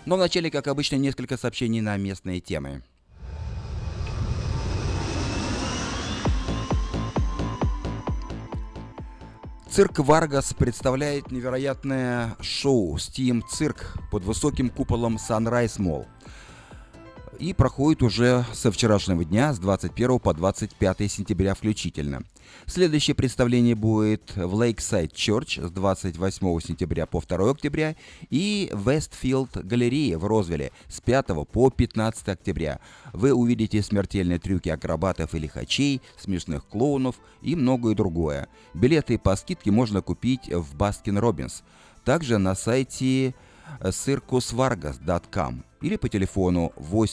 Но вначале, как обычно, несколько сообщений на местные темы. Цирк Варгас представляет невероятное шоу Steam Цирк под высоким куполом Sunrise Mall. И проходит уже со вчерашнего дня, с 21 по 25 сентября включительно. Следующее представление будет в Lakeside Church с 28 сентября по 2 октября и Westfield галерея в Розвилле с 5 по 15 октября. Вы увидите смертельные трюки акробатов и лихачей, смешных клоунов и многое другое. Билеты по скидке можно купить в Baskin Robbins. Также на сайте circusvargas.com или по телефону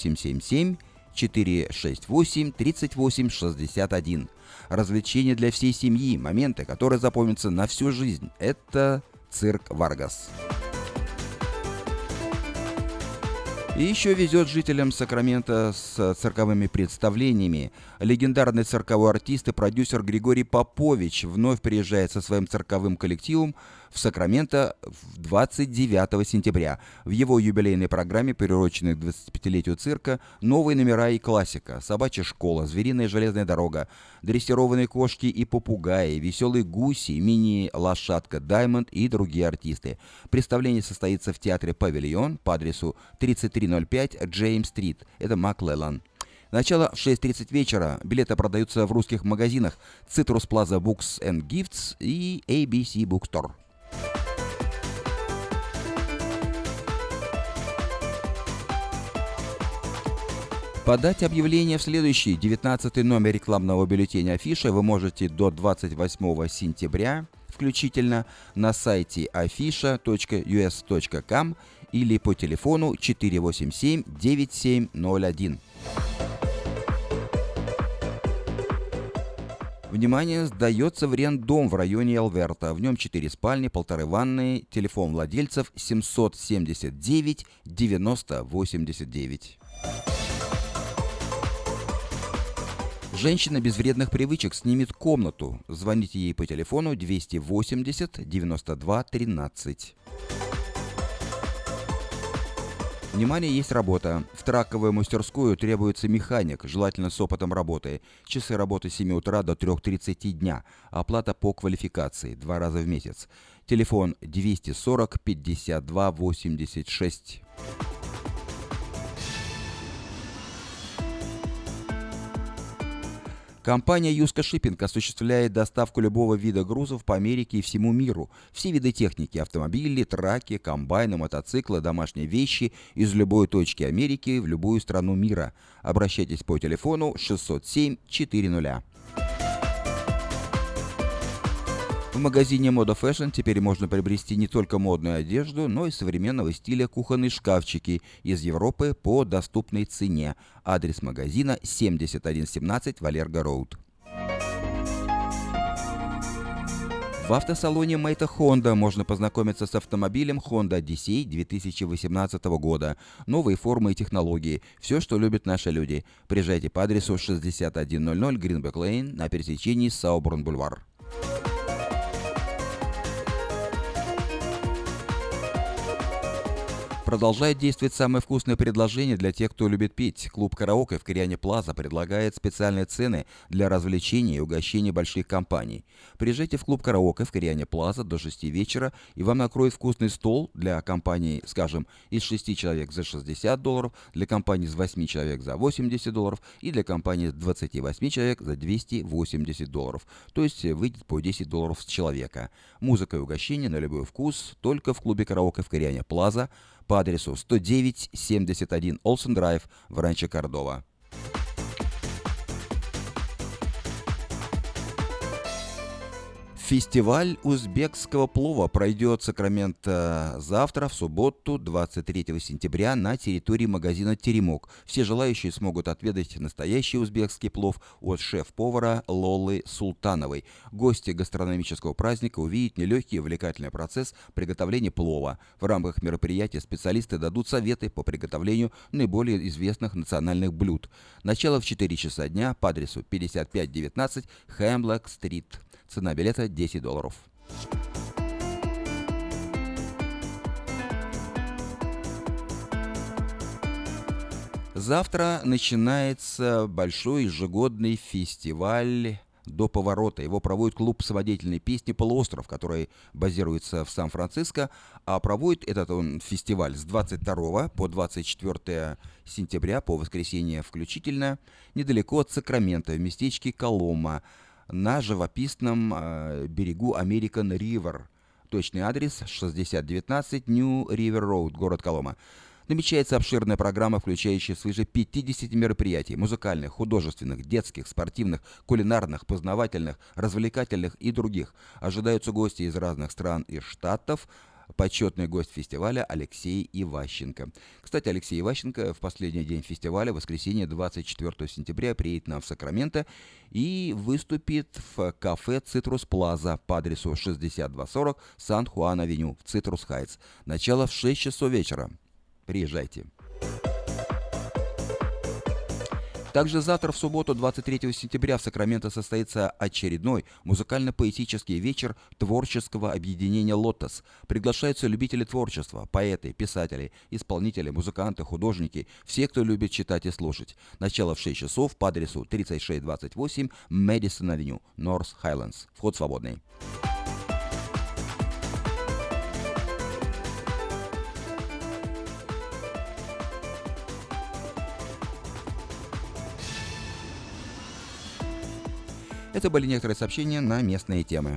877-468-3861. Развлечения для всей семьи, моменты, которые запомнятся на всю жизнь. Это цирк Варгас. И еще везет жителям Сакрамента с цирковыми представлениями. Легендарный цирковой артист и продюсер Григорий Попович вновь приезжает со своим цирковым коллективом в Сакраменто 29 сентября. В его юбилейной программе, приуроченной к 25-летию цирка, новые номера и классика: собачья школа, звериная железная дорога, дрессированные кошки и попугаи, веселые гуси, мини-лошадка Даймонд и другие артисты. Представление состоится в театре «Павильон» по адресу 3305 Джеймс-стрит, это Маклеллан. Начало в 6:30 вечера. Билеты продаются в русских магазинах Citrus Plaza Books and Gifts и ABC Bookstore. Подать объявление в следующий 19-й номер рекламного бюллетеня «Афиша» вы можете до 28 сентября включительно на сайте afisha.us.com или по телефону 487-9701. Внимание, сдается в аренду дом в районе Алверта. В нем 4 спальни, 1,5 ванны. Телефон владельцев 779 90 89. Женщина без вредных привычек снимет комнату. Звоните ей по телефону 280 92 13. Внимание, есть работа. В траковую мастерскую требуется механик, желательно с опытом работы. Часы работы с 7 утра до 3:30 дня. Оплата по квалификации 2 раза в месяц. Телефон 240 52 86. Компания Юска Шиппинг осуществляет доставку любого вида грузов по Америке и всему миру. Все виды техники: автомобили, траки, комбайны, мотоциклы, домашние вещи из любой точки Америки в любую страну мира. Обращайтесь по телефону 607 400. В магазине Moda Fashion теперь можно приобрести не только модную одежду, но и современного стиля кухонные шкафчики из Европы по доступной цене. Адрес магазина 7117 Валерго Роуд. В автосалоне Мэйта Honda можно познакомиться с автомобилем Honda Odyssey 2018 года. Новые формы и технологии. Все, что любят наши люди. Приезжайте по адресу 6100 Greenback Lane на пересечении Сауборн-Бульвар. Продолжает действовать самое вкусное предложение для тех, кто любит пить. Клуб «Караоке» в Кориане Плаза предлагает специальные цены для развлечений и угощений больших компаний. Приезжайте в клуб «Караоке» в Кориане Плаза до 6 вечера, и вам накроют вкусный стол для компаний, скажем, из 6 человек за $60, для компаний из 8 человек за $80 и для компаний из 28 человек за $280. То есть выйдет по $10 с человека. Музыка и угощения на любой вкус только в клубе «Караоке» в Кориане Плаза по адресу 109-71 Олсен Драйв в Ранчо Кордова. Фестиваль узбекского плова пройдет в Сакраменто завтра, в субботу, 23 сентября, на территории магазина «Теремок». Все желающие смогут отведать настоящий узбекский плов от шеф-повара Лолы Султановой. Гости гастрономического праздника увидят нелегкий и увлекательный процесс приготовления плова. В рамках мероприятия специалисты дадут советы по приготовлению наиболее известных национальных блюд. Начало в 4 часа дня по адресу 5519 Хемблок-стрит. Цена билета $10. Завтра начинается большой ежегодный фестиваль «До поворота». Его проводит клуб самодеятельной песни «Полуостров», который базируется в Сан-Франциско. А проводит этот он фестиваль с 22 по 24 сентября, по воскресенье включительно, недалеко от Сакрамента, в местечке Колома, на живописном берегу American River. Точный адрес 6019 New River Road, город Колома. Намечается обширная программа, включающая свыше 50 мероприятий – музыкальных, художественных, детских, спортивных, кулинарных, познавательных, развлекательных и других. Ожидаются гости из разных стран и штатов. Почетный гость фестиваля Алексей Иващенко. Кстати, Алексей Иващенко в последний день фестиваля, воскресенье 24 сентября, приедет нам в Сакраменто и выступит в кафе «Цитрус Плаза» по адресу 6240 Сан-Хуан-Авеню в Цитрус Хайтс. Начало в 6 часов вечера. Приезжайте. Также завтра, в субботу, 23 сентября, в Сакраменто состоится очередной музыкально-поэтический вечер творческого объединения «Лотос». Приглашаются любители творчества, поэты, писатели, исполнители, музыканты, художники, все, кто любит читать и слушать. Начало в 6 часов по адресу 3628 Мэдисон-авеню, Норс Хайлендс. Вход свободный. Это были некоторые сообщения на местные темы.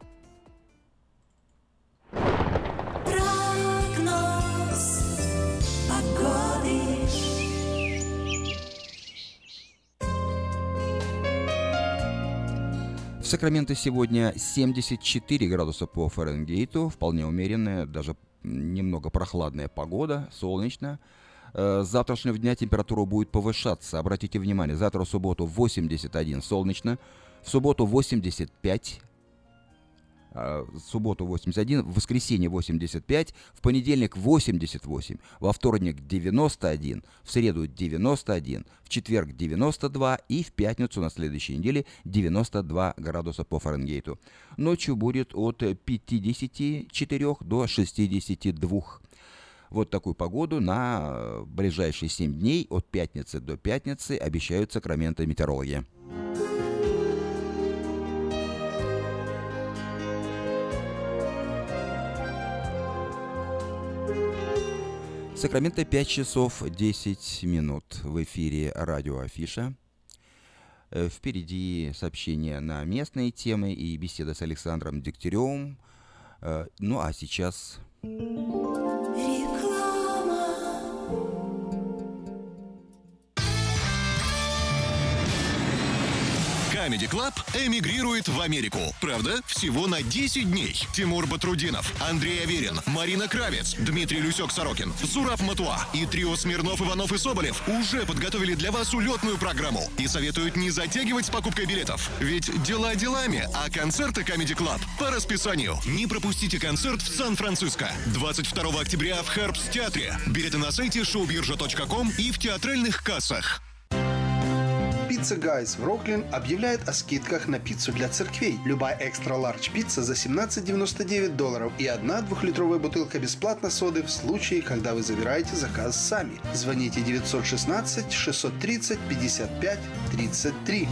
В Сакраменто сегодня 74 градуса по Фаренгейту, вполне умеренная, даже немного прохладная погода, солнечно. С завтрашнего дня температура будет повышаться. Обратите внимание, завтра в субботу 81 солнечно, в субботу 85, в субботу 81, в воскресенье 85, в понедельник 88, во вторник 91, в среду 91, в четверг 92 и в пятницу на следующей неделе 92 градуса по Фаренгейту. Ночью будет от 54 до 62. Вот такую погоду на ближайшие 7 дней от пятницы до пятницы обещают Сакраменто метеорологи. Сакраменто 5 часов 10 минут. В эфире радио Афиша. Впереди сообщения на местные темы и беседа с Александром Дегтяревым. Ну а сейчас... Comedy Club эмигрирует в Америку. Правда, всего на 10 дней. Тимур Батрудинов, Андрей Аверин, Марина Кравец, Дмитрий Люсек-Сорокин, Зураб Матуа и трио Смирнов, Иванов и Соболев уже подготовили для вас улетную программу и советуют не затягивать с покупкой билетов. Ведь дела делами, а концерты Comedy Club по расписанию. Не пропустите концерт в Сан-Франциско 22 октября в Herbst театре. Билеты на сайте showbirja.com и в театральных кассах. Pizza Guys в Роклин объявляет о скидках на пиццу для церквей. Любая экстра-лардж пицца за $17.99 и одна 2-литровая бутылка бесплатно соды в случае, когда вы забираете заказ сами. Звоните 916-630-55-33.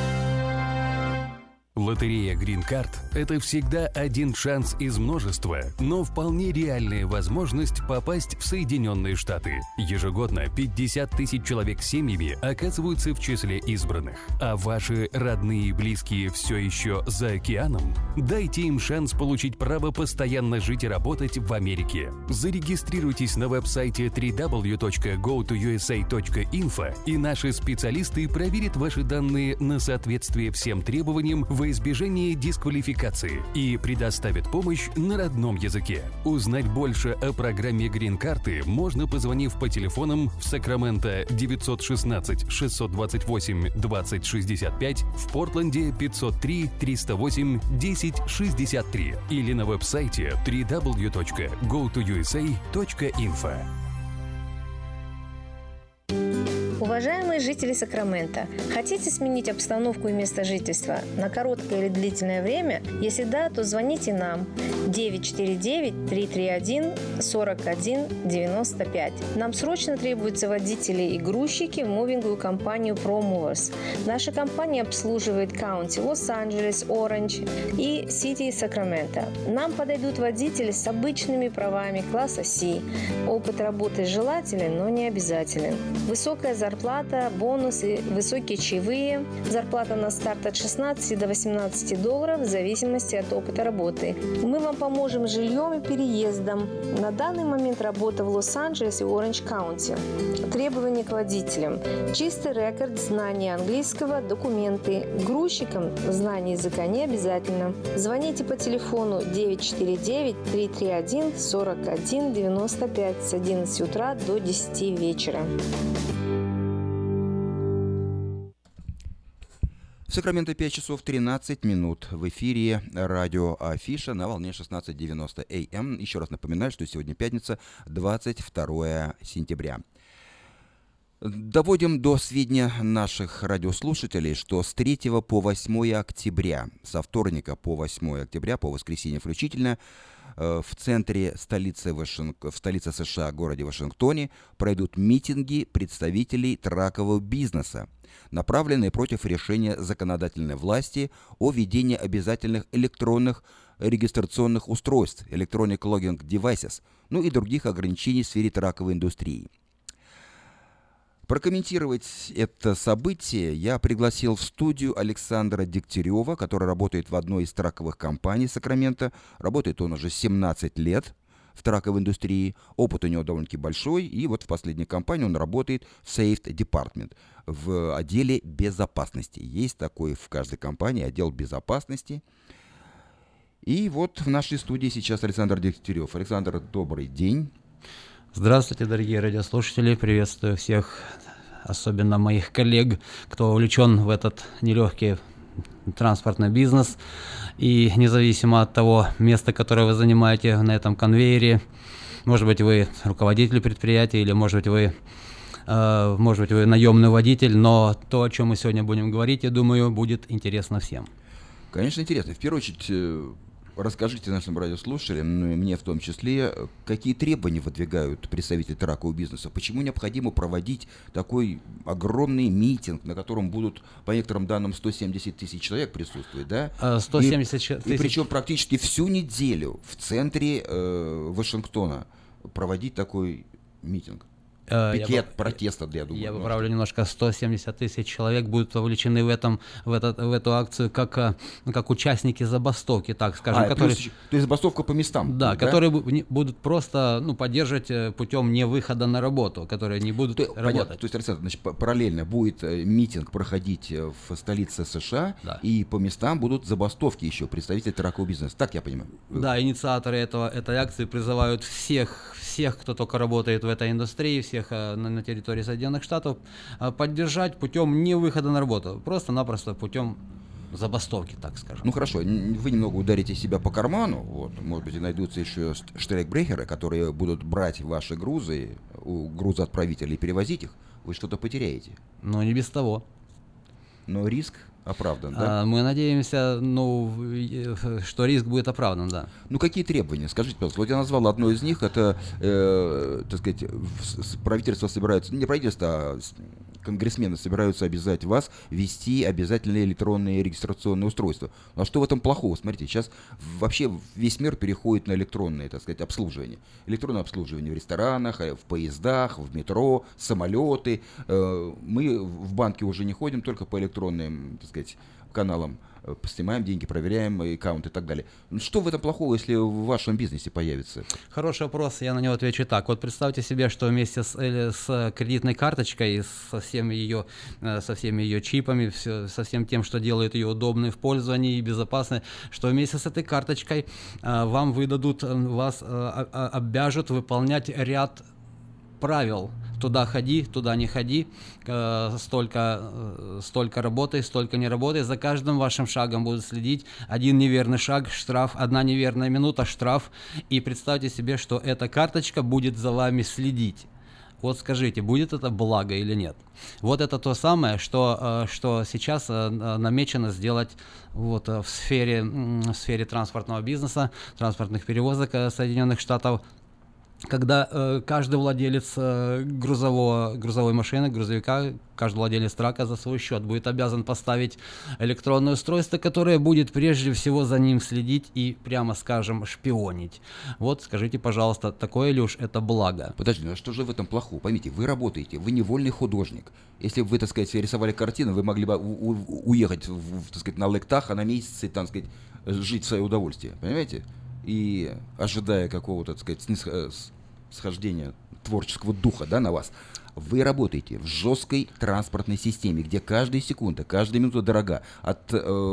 Лотерея Green Card – это всегда один шанс из множества, но вполне реальная возможность попасть в Соединенные Штаты. Ежегодно 50 тысяч человек с семьями оказываются в числе избранных. А ваши родные и близкие все еще за океаном? Дайте им шанс получить право постоянно жить и работать в Америке. Зарегистрируйтесь на веб-сайте www.gotousa.info, и наши специалисты проверят ваши данные на соответствие всем требованиям во избежание дисквалификации и предоставит помощь на родном языке. Узнать больше о программе Green Card можно, позвонив по телефонам в Сакраменто 916-628-2065, в Портленде 503-308-1063 или на веб-сайте www.gotousa.info. Уважаемые жители Сакрамента, хотите сменить обстановку и место жительства на короткое или длительное время? Если да, то звоните нам 949-331-4195. Нам срочно требуются водители и грузчики в мувинговую компанию ProMovers. Наша компания обслуживает каунти Лос-Анджелес, Оранж и Сити Сакраменто. Нам подойдут водители с обычными правами класса C. Опыт работы желателен, но не обязателен. Высокая зарплата, бонусы, высокие чаевые. Зарплата на старт от $16 до $18 в зависимости от опыта работы. Мы вам поможем с жильем и переездом. На данный момент работа в Лос-Анджелесе и Оранж-Каунти. Требования к водителям. Чистый рекорд, знание английского, документы. Грузчикам знание языка не обязательно. Звоните по телефону 949-331-4195 с 11 утра до 10 вечера. В Сакраменто 5 часов 13 минут. В эфире радио Афиша на волне 16:90 АМ. Еще раз напоминаю, что сегодня пятница, 22 сентября. Доводим до сведения наших радиослушателей, что с 3 по 8 октября, со вторника по 8 октября, по воскресенье включительно, в центре столицы США, городе Вашингтоне, пройдут митинги представителей тракового бизнеса, направленные против решения законодательной власти о введении обязательных электронных регистрационных устройств, Electronic Logging Devices, ну и других ограничений в сфере траковой индустрии. Прокомментировать это событие я пригласил в студию Александра Дегтярева, который работает в одной из траковых компаний Сакрамента. Работает он уже 17 лет в траковой индустрии. Опыт у него довольно-таки большой. И вот в последней компании он работает в Safety Department, в отделе безопасности. Есть такой в каждой компании отдел безопасности. И вот в нашей студии сейчас Александр Дегтярев. Александр, добрый день. Здравствуйте, дорогие радиослушатели, приветствую всех, особенно моих коллег, кто увлечен в этот нелегкий транспортный бизнес. И независимо от того места, которое вы занимаете на этом конвейере, может быть, вы руководитель предприятия или, может быть, вы наемный водитель, но то, о чем мы сегодня будем говорить, я думаю, будет интересно всем. Конечно, интересно. В первую очередь, расскажите нашим радиослушателям, ну и мне в том числе, какие требования выдвигают представители тракового бизнеса? Почему необходимо проводить такой огромный митинг, на котором будут, по некоторым данным, 170 тысяч человек присутствовать, да? 170 тысяч. И причем практически всю неделю в центре Вашингтона проводить такой митинг? Пикет протеста, я думаю. Я поправлю немножко. 170 тысяч человек будут вовлечены в эту акцию как участники забастовки, так скажем. То есть забастовка по местам? Да, которые будут просто поддерживать путем невыхода на работу, которые не будут работать. Понятно. То есть, Александр, значит, параллельно будет митинг проходить в столице США, да, и по местам будут забастовки еще представителей тракового бизнеса. Так я понимаю? Да, инициаторы этой акции призывают всех, кто только работает в этой индустрии, всех на территории Соединенных Штатов, поддержать путем не выхода на работу, просто-напросто путем забастовки, так скажем. Ну хорошо, вы немного ударите себя по карману, вот, может быть, и найдутся еще штрейкбрехеры, которые будут брать ваши грузы у грузоотправителей и перевозить их, вы что-то потеряете. Ну, не без того. Но риск оправдан, да? Мы надеемся, что риск будет оправдан, да. Ну, какие требования? Скажите, пожалуйста, вот я назвал одно из них, это, так сказать, правительство собирается, не правительство, а конгрессмены собираются обязать вас ввести обязательные электронные регистрационные устройства. Ну, а что в этом плохого? Смотрите, сейчас вообще весь мир переходит на электронное, так сказать, обслуживание. Электронное обслуживание в ресторанах, в поездах, в метро, самолеты. Мы в банке уже не ходим только по электронным, так сказать, каналам, снимаем деньги, проверяем аккаунт и так далее. Что в этом плохого, если в вашем бизнесе появится? Хороший вопрос, я на него отвечу так. Вот представьте себе, что вместе с кредитной карточкой, со всеми ее чипами, со всем тем, что делает ее удобной в пользовании и безопасной, что вместе с этой карточкой вам выдадут, вас обяжут выполнять ряд правил. Туда ходи, туда не ходи, столько работай, столько не работай. За каждым вашим шагом будут следить. Один неверный шаг, штраф, одна неверная минута, штраф. И представьте себе, что эта карточка будет за вами следить. Вот скажите, будет это благо или нет? Вот это то самое, что сейчас намечено сделать вот в сфере транспортного бизнеса, транспортных перевозок Соединенных Штатов, когда каждый владелец грузовой машины, грузовика, каждый владелец трака за свой счет будет обязан поставить электронное устройство, которое будет прежде всего за ним следить и, прямо скажем, шпионить. Вот скажите, пожалуйста, такое ли уж это благо? Подожди, ну а что же в этом плохого? Поймите, вы работаете, вы не вольный художник. Если бы вы, так сказать, рисовали картину, вы могли бы уехать, так сказать, на лектах, а на месяц, так сказать, жить в свое удовольствие. Понимаете? И ожидая какого-то, так сказать, схождения творческого духа, да, на вас, вы работаете в жесткой транспортной системе, где каждая секунда, каждая минута дорога. От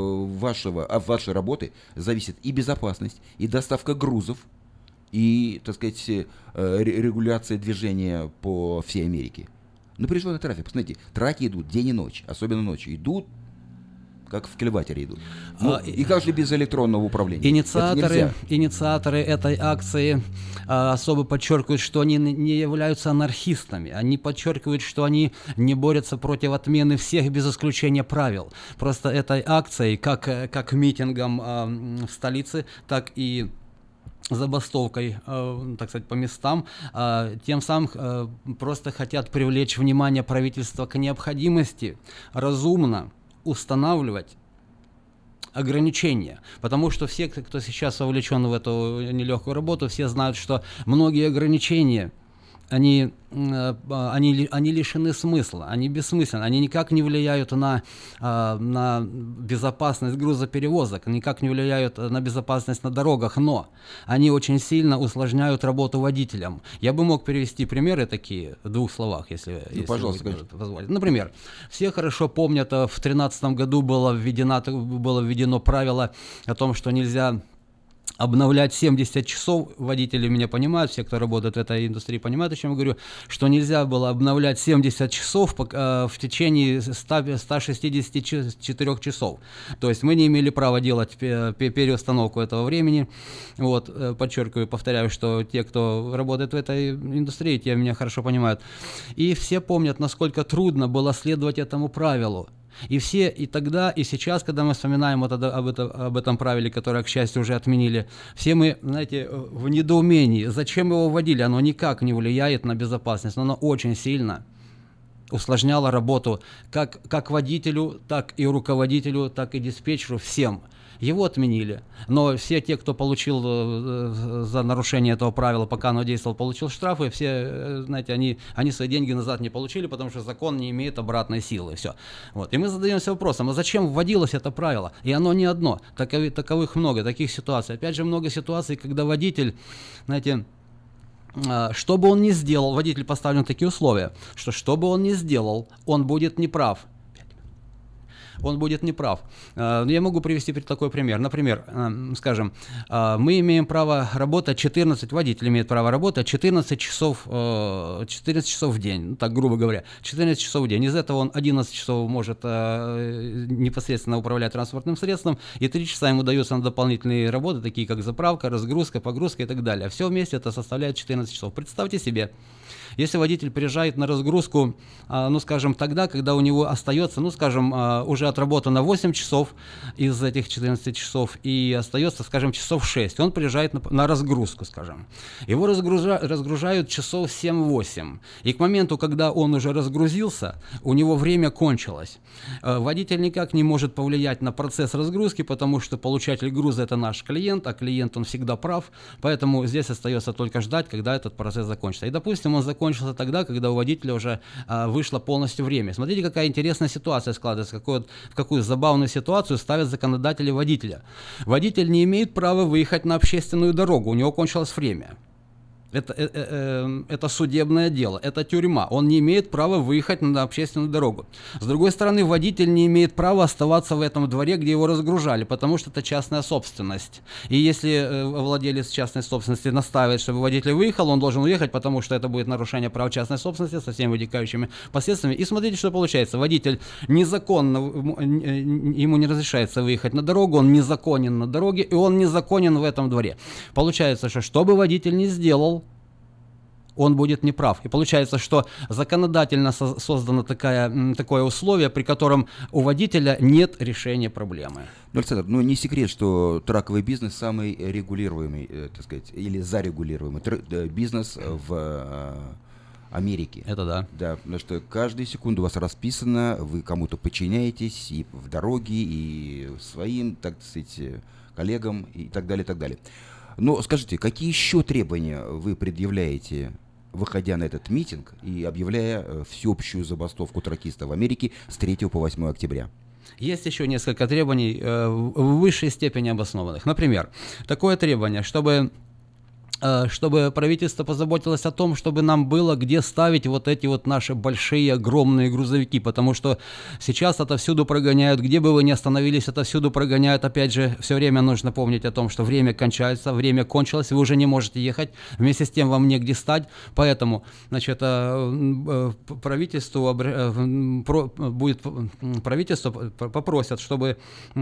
вашей работы зависит и безопасность, и доставка грузов, и, так сказать, регуляция движения по всей Америке. Напряженный трафик. Посмотрите, траки идут день и ночь, особенно ночью. Идут как в кильватере идут. Ну, и как же без электронного управления? Инициаторы этой акции особо подчеркивают, что они не являются анархистами. Они подчеркивают, что они не борются против отмены всех без исключения правил. Просто этой акцией, как митингом в столице, так и забастовкой, так сказать, по местам, тем самым просто хотят привлечь внимание правительства к необходимости разумно устанавливать ограничения, потому что все, кто сейчас вовлечен в эту нелегкую работу, все знают, что многие ограничения, они лишены смысла, они бессмысленны, они никак не влияют на безопасность грузоперевозок, никак не влияют на безопасность на дорогах, но они очень сильно усложняют работу водителям. Я бы мог привести примеры такие в двух словах, если пожалуйста, вы позволите. Например, все хорошо помнят, в 2013 году было введено правило о том, что нельзя обновлять 70 часов, водители меня понимают, все, кто работает в этой индустрии, понимают, о чем я говорю, что нельзя было обновлять 70 часов в течение 164 часов. То есть мы не имели права делать переустановку этого времени. Вот, подчеркиваю, повторяю, что те, кто работает в этой индустрии, те меня хорошо понимают. И все помнят, насколько трудно было следовать этому правилу. И все, и тогда, и сейчас, когда мы вспоминаем об этом правиле, которое, к счастью, уже отменили, все мы, знаете, в недоумении. Зачем его вводили? Оно никак не влияет на безопасность, но оно очень сильно усложняло работу как водителю, так и руководителю, так и диспетчеру, всем. Его отменили, но все те, кто получил за нарушение этого правила, пока оно действовало, получил штрафы, все, знаете, они свои деньги назад не получили, потому что закон не имеет обратной силы, все. Вот. И мы задаемся вопросом, а зачем вводилось это правило? И оно не одно, таковых много, таких ситуаций. Опять же, много ситуаций, когда водитель, знаете, что бы он ни сделал, водитель поставлен такие условия, что бы он ни сделал, он будет неправ. Он будет неправ. Я могу привести такой пример. Например, скажем, мы имеем право работать 14, водитель имеет право работать 14 часов в день, так грубо говоря, 14 часов в день. Из этого он 11 часов может непосредственно управлять транспортным средством, и 3 часа ему даются на дополнительные работы, такие как заправка, разгрузка, погрузка и так далее. Все вместе это составляет 14 часов. Представьте себе, если водитель приезжает на разгрузку, ну, скажем, тогда, когда у него остается, ну, скажем, уже отработано 8 часов из этих 14 часов, и остается, скажем, часов 6, он приезжает на разгрузку, скажем. Его разгружают часов 7-8, и к моменту, когда он уже разгрузился, у него время кончилось. Водитель никак не может повлиять на процесс разгрузки, потому что получатель груза – это наш клиент, а клиент, он всегда прав, поэтому здесь остается только ждать, когда этот процесс закончится. И, допустим, он закончился тогда, когда у водителя уже вышло полностью время. Смотрите, какая интересная ситуация складывается, в какую забавную ситуацию ставят законодатели водителя. Водитель не имеет права выехать на общественную дорогу, у него кончилось время. Это судебное дело, это тюрьма. Он не имеет права выехать на общественную дорогу. С другой стороны, водитель не имеет права оставаться в этом дворе, где его разгружали, потому что это частная собственность. И если владелец частной собственности настаивает, чтобы водитель выехал, он должен уехать, потому что это будет нарушение прав частной собственности со всеми вытекающими последствиями. И смотрите, что получается. Водитель незаконно, ему не разрешается выехать на дорогу, он незаконен на дороге, и он незаконен в этом дворе. Получается, что бы водитель ни сделал, он будет неправ. И получается, что законодательно создано такое условие, при котором у водителя нет решения проблемы. Ну, Александр, не секрет, что траковый бизнес самый регулируемый, так сказать, или зарегулируемый бизнес в Америке. Это да. Да, потому что каждую секунду у вас расписано, вы кому-то подчиняетесь и в дороге, и своим, так сказать, коллегам, и так далее, и так далее. Но скажите, какие еще требования вы предъявляете, выходя на этот митинг и объявляя всеобщую забастовку тракистов в Америке с 3 по 8 октября? Есть еще несколько требований в высшей степени обоснованных. Например, такое требование, чтобы правительство позаботилось о том, чтобы нам было где ставить вот эти вот наши большие, огромные грузовики, потому что сейчас отовсюду прогоняют, где бы вы ни остановились, отовсюду прогоняют. Опять же, все время нужно помнить о том, что время кончается, время кончилось, вы уже не можете ехать, вместе с тем вам негде стать, поэтому, значит, правительство попросят, чтобы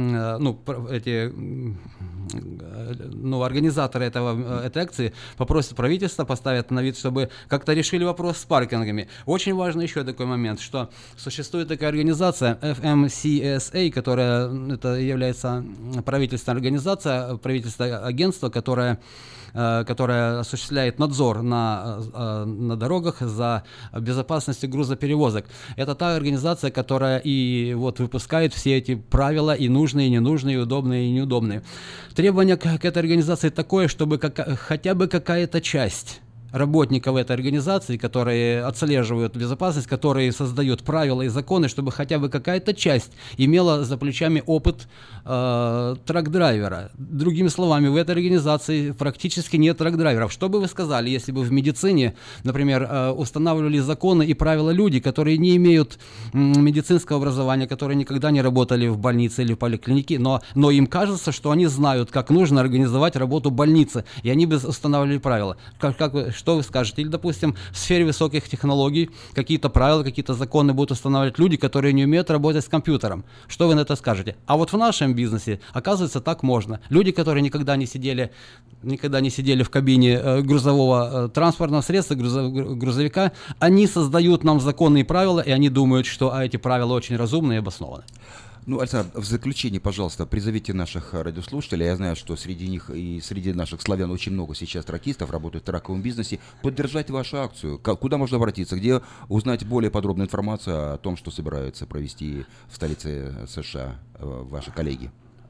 организаторы этой акции попросят правительство, поставят на вид, чтобы как-то решили вопрос с паркингами. Очень важный еще такой момент, что существует такая организация FMCSA, которая это является правительственная организация, правительственное агентство, которое осуществляет надзор на дорогах за безопасностью грузоперевозок. Это та организация, которая и вот выпускает все эти правила, и нужные, и ненужные, и удобные, и неудобные. Требование к этой организации такое, чтобы хотя бы какая-то часть работников этой организации, которые отслеживают безопасность, которые создают правила и законы, чтобы хотя бы какая-то часть имела за плечами опыт трак-драйвера. Другими словами, в этой организации практически нет трак-драйверов. Что бы вы сказали, если бы в медицине, например, устанавливали законы и правила люди, которые не имеют медицинского образования, которые никогда не работали в больнице или в поликлинике, но им кажется, что они знают, как нужно организовать работу больницы, и они бы устанавливали правила. Что вы скажете? Или, допустим, в сфере высоких технологий какие-то правила, какие-то законы будут устанавливать люди, которые не умеют работать с компьютером. Что вы на это скажете? А вот в нашем бизнесе, оказывается, так можно. Люди, которые никогда не сидели в кабине грузового транспортного средства, грузовика, они создают нам законы и правила, и они думают, что эти правила очень разумные и обоснованы. Александр, в заключение, пожалуйста, призовите наших радиослушателей. Я знаю, что среди них и среди наших славян очень много сейчас тракистов работают в траковом бизнесе. Поддержать вашу акцию. Куда можно обратиться? Где узнать более подробную информацию о том, что собираются провести в столице США ваши коллеги?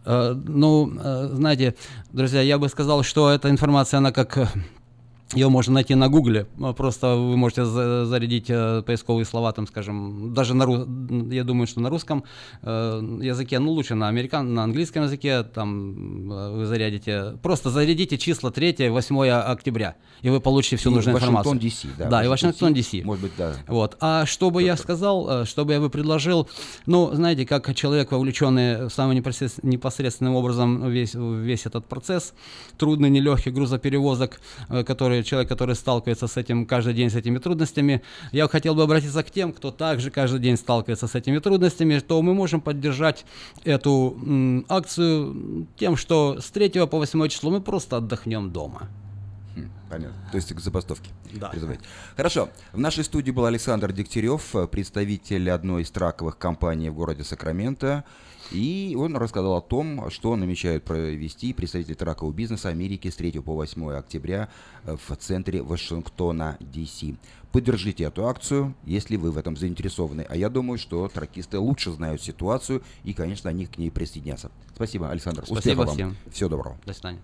Знаете, друзья, я бы сказал, что эта информация, она как... Ее можно найти на Гугле, просто вы можете зарядить поисковые слова, там, скажем, даже я думаю, что на русском языке, лучше на английском языке, там вы зарядите числа 3-8 октября, и вы получите всю нужную информацию. Вашингтон, DC, да? Да, и Вашингтон, DC. Может быть, да. Вот. А что бы я сказал, что бы я предложил, знаете, как человек, вовлеченный самым непосредственным образом весь этот процесс, трудный, нелегкий грузоперевозок, человек, который сталкивается с этим каждый день, с этими трудностями, я хотел бы обратиться к тем, кто также каждый день сталкивается с этими трудностями, то мы можем поддержать эту акцию тем, что с 3 по 8 число мы просто отдохнем дома. Понятно. То есть к забастовке. Да. Хорошо. В нашей студии был Александр Дегтярев, представитель одной из траковых компаний в городе Сакраменто. И он рассказал о том, что намечают провести представители тракового бизнеса Америки с 3 по 8 октября в центре Вашингтона, DC. Поддержите эту акцию, если вы в этом заинтересованы. А я думаю, что тракисты лучше знают ситуацию, и, конечно, они к ней присоединятся. Спасибо, Александр. Спасибо Успехов всем. вам. Всего доброго. До свидания.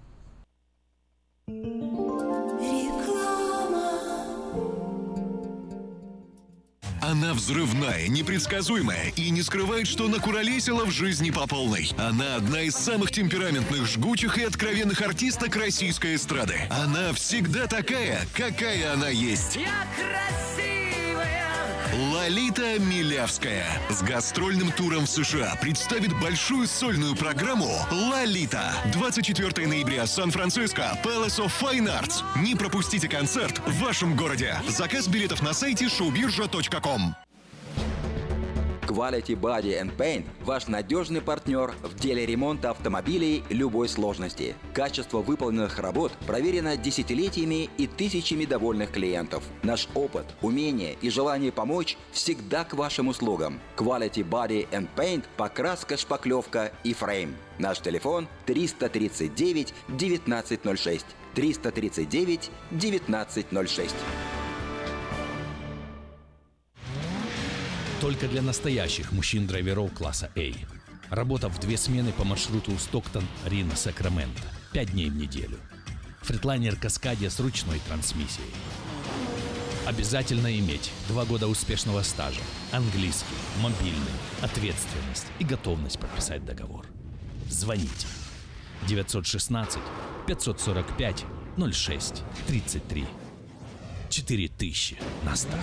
Она взрывная, непредсказуемая и не скрывает, что накуролесила в жизни по полной. Она одна из самых темпераментных, жгучих и откровенных артисток российской эстрады. Она всегда такая, какая она есть. Я красивая! Лолита Милявская с гастрольным туром в США представит большую сольную программу «Лолита». 24 ноября, Сан-Франциско, Palace of Fine Arts. Не пропустите концерт в вашем городе. Заказ билетов на сайте showbirja.com. Quality Body and Paint – ваш надежный партнер в деле ремонта автомобилей любой сложности. Качество выполненных работ проверено десятилетиями и тысячами довольных клиентов. Наш опыт, умение и желание помочь всегда к вашим услугам. Quality Body and Paint – покраска, шпаклевка и фрейм. Наш телефон 339 1906. 339 1906. Только для настоящих мужчин-драйверов класса A. Работа в 2 смены по маршруту Стоктон-Рино-Сакраменто. 5 дней в неделю. Фритлайнер Каскадия с ручной трансмиссией. Обязательно иметь 2 года успешного стажа, английский, мобильный, ответственность и готовность подписать договор. Звоните 916 545 06 33. 4000 на старт.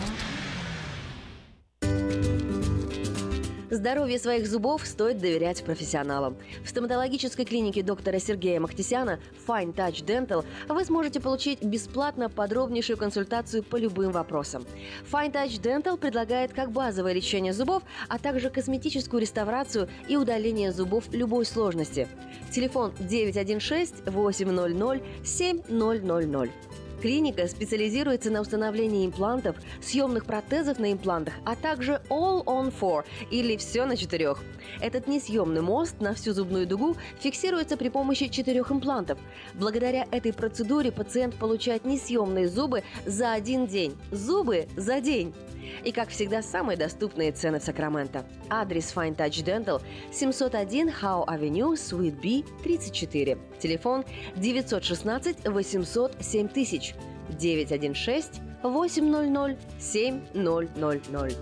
Здоровье своих зубов стоит доверять профессионалам. В стоматологической клинике доктора Сергея Махтисяна Fine Touch Dental вы сможете получить бесплатно подробнейшую консультацию по любым вопросам. Fine Touch Dental предлагает как базовое лечение зубов, а также косметическую реставрацию и удаление зубов любой сложности. Телефон 916-800-7000. Клиника специализируется на установлении имплантов, съемных протезов на имплантах, а также All on 4 или «Все на 4». Этот несъемный мост на всю зубную дугу фиксируется при помощи 4 имплантов. Благодаря этой процедуре пациент получает несъемные зубы за 1 день. Зубы за день! И, как всегда, самые доступные цены в Сакраменто. Адрес Fine Touch Dental 701 Howe Avenue, Suite B, 34. Телефон 916 800 7000 916 800 7000.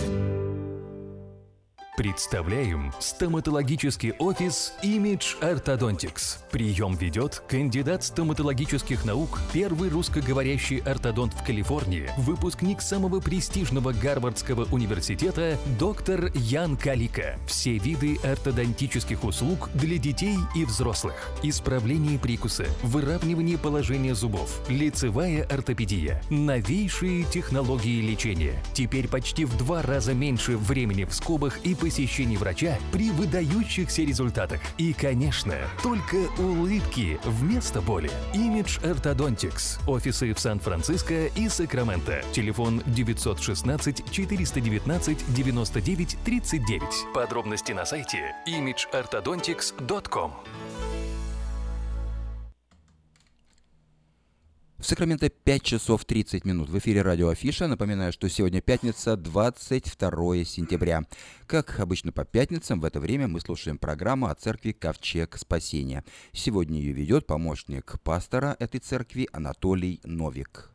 Представляем стоматологический офис Image Orthodontics. Прием ведет кандидат стоматологических наук, первый русскоговорящий ортодонт в Калифорнии, выпускник самого престижного Гарвардского университета доктор Ян Калика. Все виды ортодонтических услуг для детей и взрослых. Исправление прикуса, выравнивание положения зубов, лицевая ортопедия, новейшие технологии лечения. Теперь почти в 2 раза меньше времени в скобах и посещений врача при выдающихся результатах. И, конечно, только улыбки вместо боли. Image Orthodontics. Офисы в Сан-Франциско и Сакраменто. Телефон 916 419 99 39. Подробности на сайте imageorthodontics.com. В Сакраменто 5 часов 30 минут. В эфире радио Афиша. Напоминаю, что сегодня пятница, 22 сентября. Как обычно по пятницам, в это время мы слушаем программу о церкви «Ковчег спасения». Сегодня ее ведет помощник пастора этой церкви Анатолий Новик.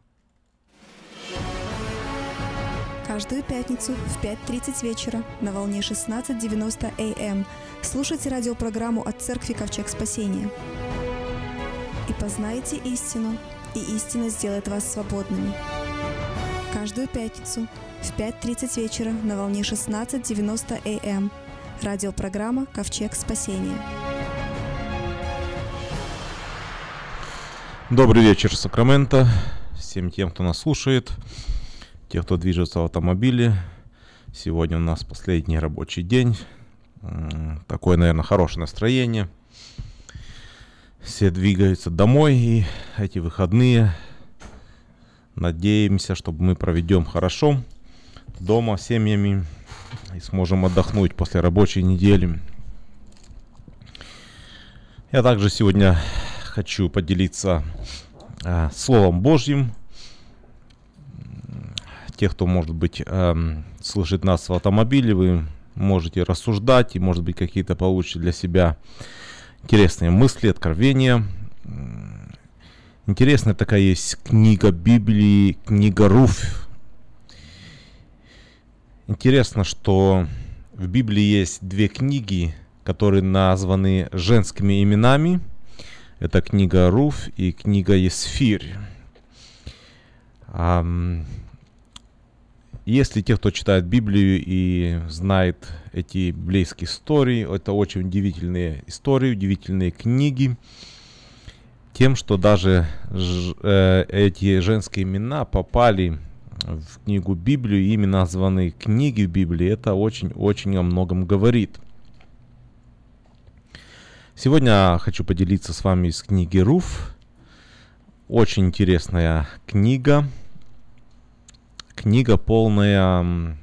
Каждую пятницу в 5:30 вечера на волне 16:90 АМ слушайте радиопрограмму от церкви «Ковчег спасения». И познайте истину, и истина сделает вас свободными. Каждую пятницу в 5:30 вечера на волне 16:90 АМ. Радиопрограмма «Ковчег спасения». Добрый вечер, Сакраменто. Всем тем, кто нас слушает, те, кто движется в автомобиле. Сегодня у нас последний рабочий день. Такое, наверное, хорошее настроение. Все двигаются домой, и эти выходные надеемся, что мы проведем хорошо дома с семьями и сможем отдохнуть после рабочей недели. Я также сегодня хочу поделиться Словом Божьим. Те, кто, может быть, слышит нас в автомобиле, вы можете рассуждать и, может быть, какие-то получите для себя интересные мысли, откровения. Интересная такая есть книга Библии, книга Руфь. Интересно, что в Библии есть 2 книги, которые названы женскими именами. Это книга Руфь и книга Есфирь. Если те, кто читает Библию и знает эти библейские истории, это очень удивительные истории, удивительные книги, тем, что даже эти женские имена попали в книгу Библию, ими названы книги в Библии, это очень-очень о многом говорит. Сегодня я хочу поделиться с вами из книги Руф. Очень интересная книга. Книга полная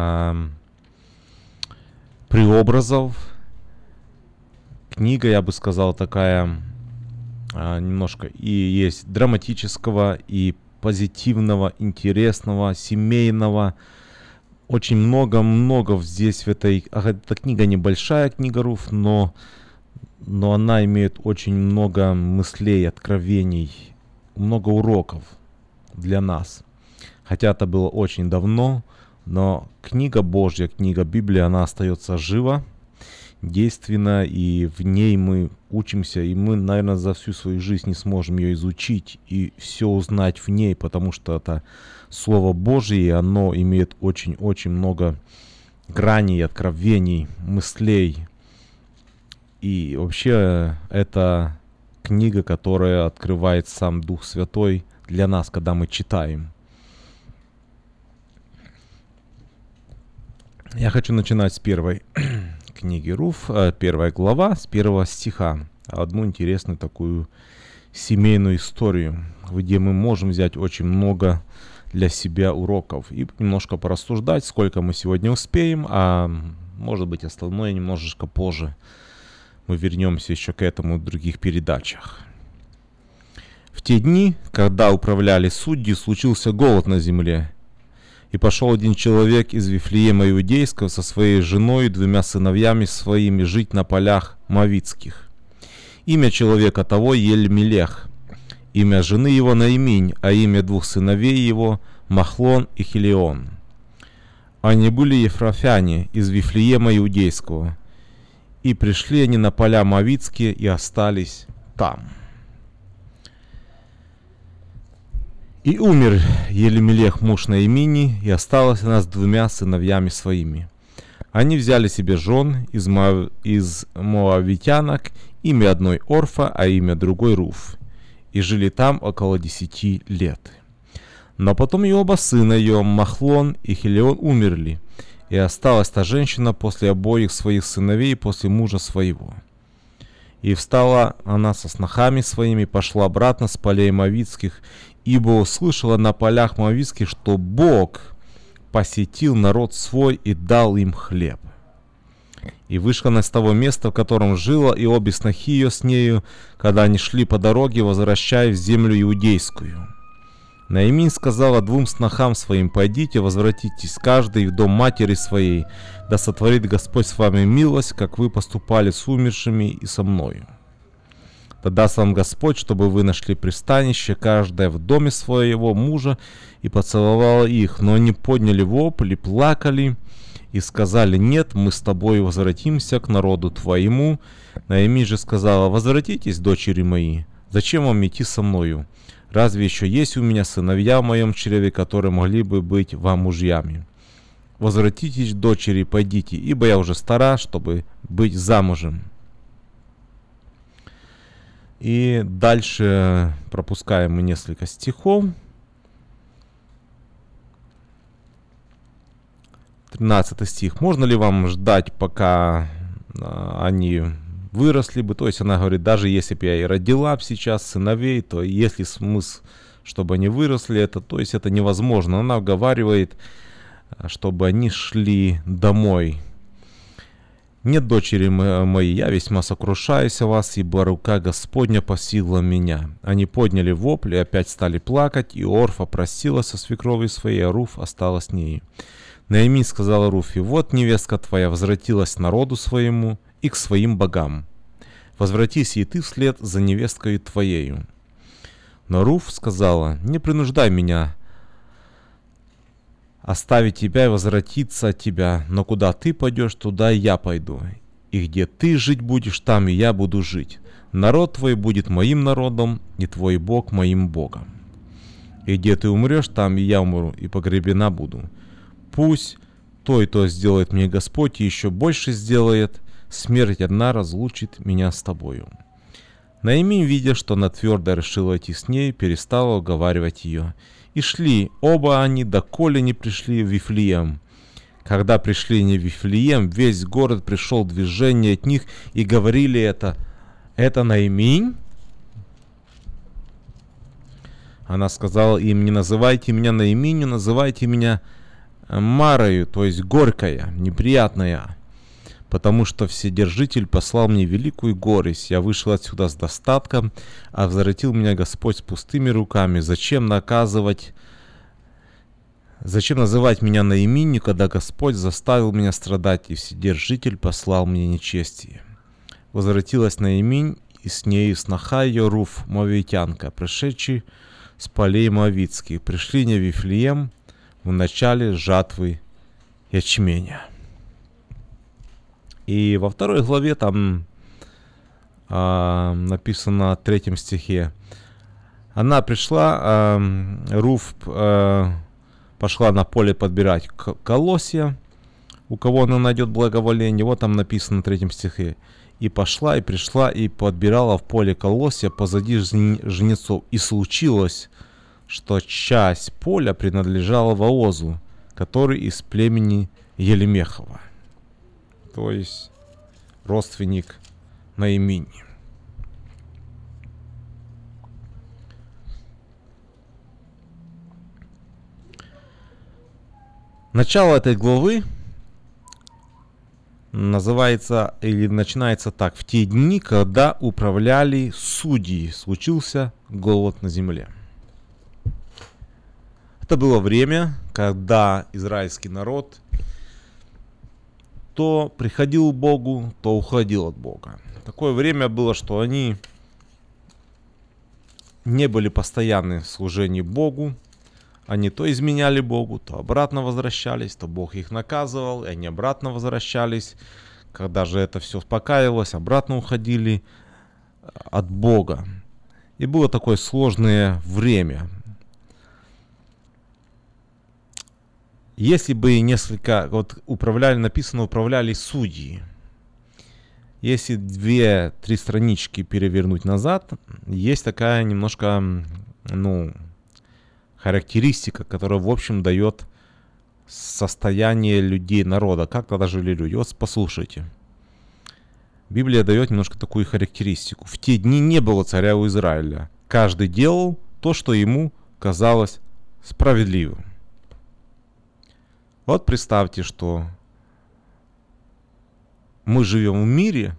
преобразов. Книга, я бы сказал, такая немножко и есть драматического, и позитивного, интересного, семейного. Очень много здесь в этой... Эта книга небольшая, книга Руф, но она имеет очень много мыслей, откровений, много уроков для нас. Хотя это было очень давно, но книга Божья, книга Библия, она остается жива, действенна, и в ней мы учимся, и мы, наверное, за всю свою жизнь не сможем ее изучить и все узнать в ней, потому что это Слово Божье, и оно имеет очень-очень много граней, откровений, мыслей. И вообще это книга, которая открывает сам Дух Святой для нас, когда мы читаем. Я хочу начинать с первой книги Руф, 1 глава, с 1 стиха. Одну интересную такую семейную историю, где мы можем взять очень много для себя уроков и немножко порассуждать, сколько мы сегодня успеем, а может быть остальное немножечко позже. Мы вернемся еще к этому в других передачах. В те дни, когда управляли судьи, случился голод на земле. И пошел один человек из Вифлеема Иудейского со своей женой и 2 сыновьями своими жить на полях Моавитских. Имя человека того Ель-Мелех, имя жены его Наиминь, а имя 2 сыновей его Махлон и Хилион. Они были ефрафяне из Вифлеема Иудейского. И пришли они на поля Моавитские и остались там. И умер Елемелех муж Наимини, и осталась она с 2 сыновьями своими. Они взяли себе жен из моавитянок, имя одной Орфа, а имя другой Руф, и жили там около 10 лет. Но потом и оба сына ее, Махлон и Хилион, умерли, и осталась та женщина после обоих своих сыновей и после мужа своего. И встала она со снохами своими, пошла обратно с полей Моавитских, ибо услышала на полях Моавитских, что Бог посетил народ свой и дал им хлеб. И вышла она с того места, в котором жила, и обе снохи ее с нею, когда они шли по дороге, возвращаясь в землю иудейскую. Наиминь сказала 2 снохам своим: «Пойдите, возвратитесь каждый в дом матери своей, да сотворит Господь с вами милость, как вы поступали с умершими и со мною. Да даст вам Господь, чтобы вы нашли пристанище, каждая в доме своего мужа, и поцеловала их. Но они подняли вопль и плакали, и сказали: нет, мы с тобой возвратимся к народу твоему». Наиминь же сказала: «Возвратитесь, дочери мои, зачем вам идти со мною? Разве еще есть у меня сыновья в моем чреве, которые могли бы быть вам мужьями? Возвратитесь, дочери, пойдите, ибо я уже стара, чтобы быть замужем». И дальше пропускаем мы несколько стихов. 13 стих. «Можно ли вам ждать, пока они выросли бы?» То есть она говорит, даже если бы я и родила б сейчас сыновей, то есть ли смысл, чтобы они выросли, то есть это невозможно. Она уговаривает, чтобы они шли домой. «Нет, дочери мои, я весьма сокрушаюсь о вас, ибо рука Господня постигла меня». Они подняли вопль и опять стали плакать, и Орфа простилась со свекровью своей, а Руф осталась с ней. Наиминь сказала Руфе: «Вот невестка твоя возвратилась к народу своему и к своим богам. Возвратись и ты вслед за невесткой твоею». Но Руф сказала: «Не принуждай меня оставить тебя и возвратиться от тебя, но куда ты пойдешь, туда и я пойду, и где ты жить будешь, там и я буду жить. Народ твой будет моим народом, и твой Бог моим Богом. И где ты умрешь, там и я умру, и погребена буду. Пусть то и то сделает мне Господь, и еще больше сделает. Смерть одна разлучит меня с тобою». Наиминь, видя, что она твердо решила идти с ней, перестала уговаривать ее. И шли оба они, доколе не пришли в Вифлеем. Когда пришли не в Вифлеем, весь город пришел в движение от них и говорили это Наиминь? Она сказала им: не называйте меня Наиминью, называйте меня Марою, то есть горькая, неприятная. Потому что Вседержитель послал мне великую горесть. Я вышел отсюда с достатком, а возвратил меня Господь с пустыми руками. Зачем называть меня Наиминью, когда Господь заставил меня страдать, и Вседержитель послал мне нечестие? Возвратилась Наиминь, и с нею сноха ее Руф, моавитянка, пришедший с полей моавитских. Пришли не в Вифлеем в начале жатвы ячменя. И во 2 главе там написано в 3 стихе: она пришла, Руф пошла на поле подбирать колосья, у кого она найдет благоволение. Вот там написано в 3 стихе: и пошла, и пришла, и подбирала в поле колосья позади жнецов. И случилось, что часть поля принадлежала Воозу, который из племени Елемехова, то есть родственник Наимини. Начало этой главы называется или начинается так: в те дни, когда управляли судьи, случился голод на земле. Это было время, когда израильский народ то приходил к Богу, то уходил от Бога. Такое время было, что они не были постоянны в служении Богу. Они то изменяли Богу, то обратно возвращались, то Бог их наказывал, и они обратно возвращались. Когда же это все успокаивалось, обратно уходили от Бога. И было такое сложное время. Если бы несколько, вот написано, управляли судьи. Если 2-3 странички перевернуть назад, есть такая немножко, характеристика, которая, в общем, дает состояние людей, народа. Как тогда жили люди? Вот послушайте. Библия дает немножко такую характеристику. В те дни не было царя у Израиля. Каждый делал то, что ему казалось справедливым. Вот представьте, что мы живем в мире,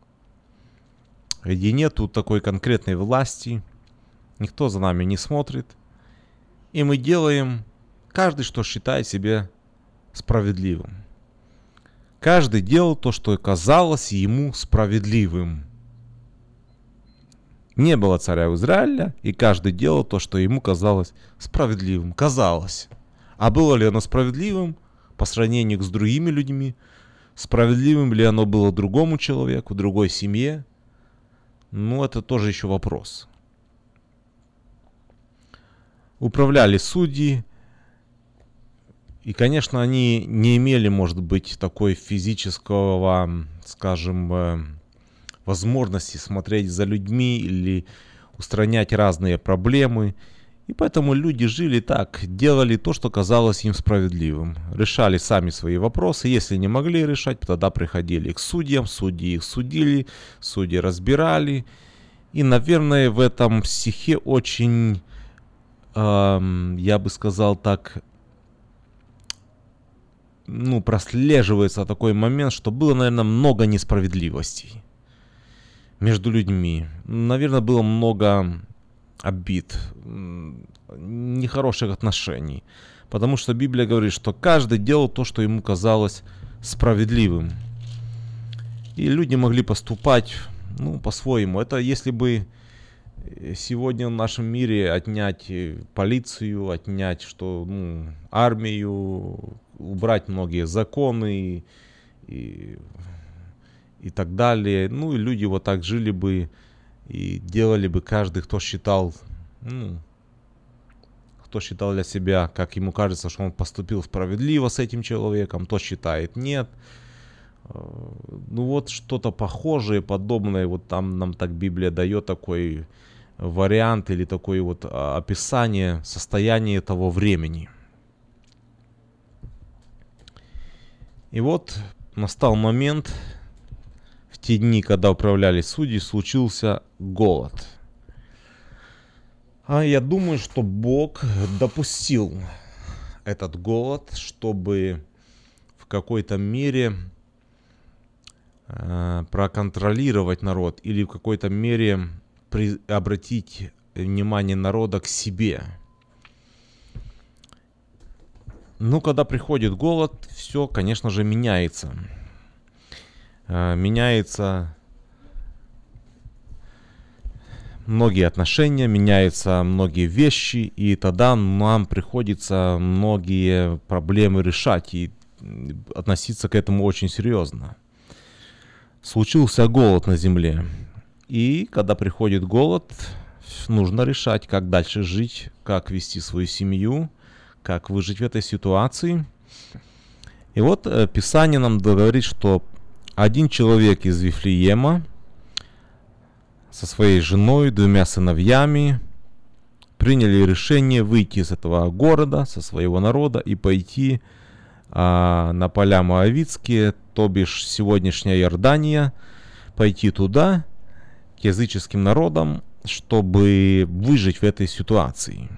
где нету такой конкретной власти, никто за нами не смотрит, и мы делаем каждый, что считает себя справедливым. Каждый делал то, что казалось ему справедливым. Не было царя у Израиля, и каждый делал то, что ему казалось справедливым. Казалось. А было ли оно справедливым по сравнению с другими людьми? Справедливым ли оно было другому человеку, другой семье? Это тоже еще вопрос. Управляли судьи. И, конечно, они не имели, может быть, такой физического, скажем, возможности смотреть за людьми или устранять разные проблемы. И поэтому люди жили так, делали то, что казалось им справедливым. Решали сами свои вопросы. Если не могли решать, тогда приходили к судьям, судьи их судили, судьи разбирали. И, наверное, в этом стихе очень, я бы сказал так, прослеживается такой момент, что было, наверное, много несправедливостей между людьми. Наверное, было много обид, нехороших отношений. Потому что Библия говорит, что каждый делал то, что ему казалось справедливым. И люди могли поступать, по-своему. Это если бы сегодня в нашем мире отнять полицию, отнять армию, убрать многие законы и так далее. И люди вот так жили бы и делали бы каждый, кто считал для себя, как ему кажется, что он поступил справедливо с этим человеком, тот считает нет. Что-то похожее, подобное, вот там нам так Библия дает такой вариант или такое вот описание состояния того времени. И вот настал момент, в те дни, когда управляли судьи, случился голод. А я думаю, что Бог допустил этот голод, чтобы в какой-то мере проконтролировать народ или в какой-то мере обратить внимание народа к себе. Ну, когда приходит голод, все, конечно же, меняется. Меняются многие отношения, меняются многие вещи, и тогда нам приходится многие проблемы решать и относиться к этому очень серьезно. Случился голод на земле, и когда приходит голод, нужно решать, как дальше жить, как вести свою семью, как выжить в этой ситуации. И вот Писание нам говорит, что один человек из Вифлеема со своей женой, 2 сыновьями приняли решение выйти из этого города, со своего народа и пойти на поля Моавитские, то бишь сегодняшняя Иордания, пойти туда, к языческим народам, чтобы выжить в этой ситуации.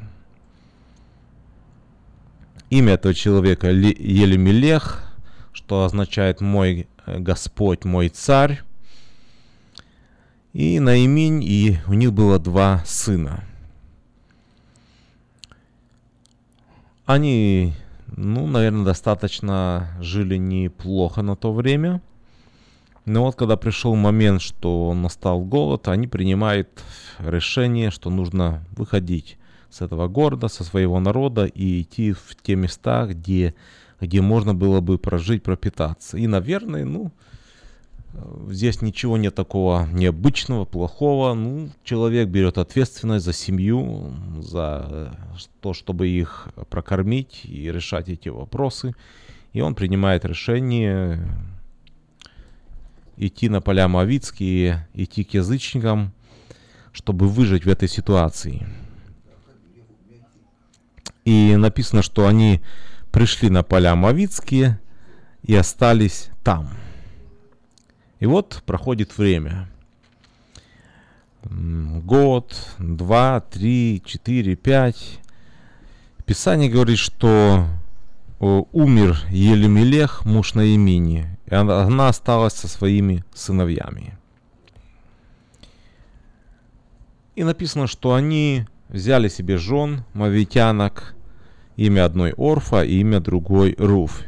Имя этого человека Елемелех, что означает «мой Господь, мой царь». И Наиминь, и у них было 2 сына. Они, наверное, достаточно жили неплохо на то время. Но вот когда пришел момент, что настал голод, они принимают решение, что нужно выходить с этого города, со своего народа и идти в те места, где можно было бы прожить, пропитаться. И, наверное, здесь ничего нет такого необычного, плохого. Человек берет ответственность за семью, за то, чтобы их прокормить и решать эти вопросы. И он принимает решение идти на поля Моавитские, идти к язычникам, чтобы выжить в этой ситуации. И написано, что они пришли на поля Моавитские и остались там. И вот проходит время. Год, 2, 3, 4, 5. Писание говорит, что умер Елемелех, муж Наимини, и она осталась со своими сыновьями. И написано, что они взяли себе жен, моавитянок, имя одной Орфа и имя другой Руфь.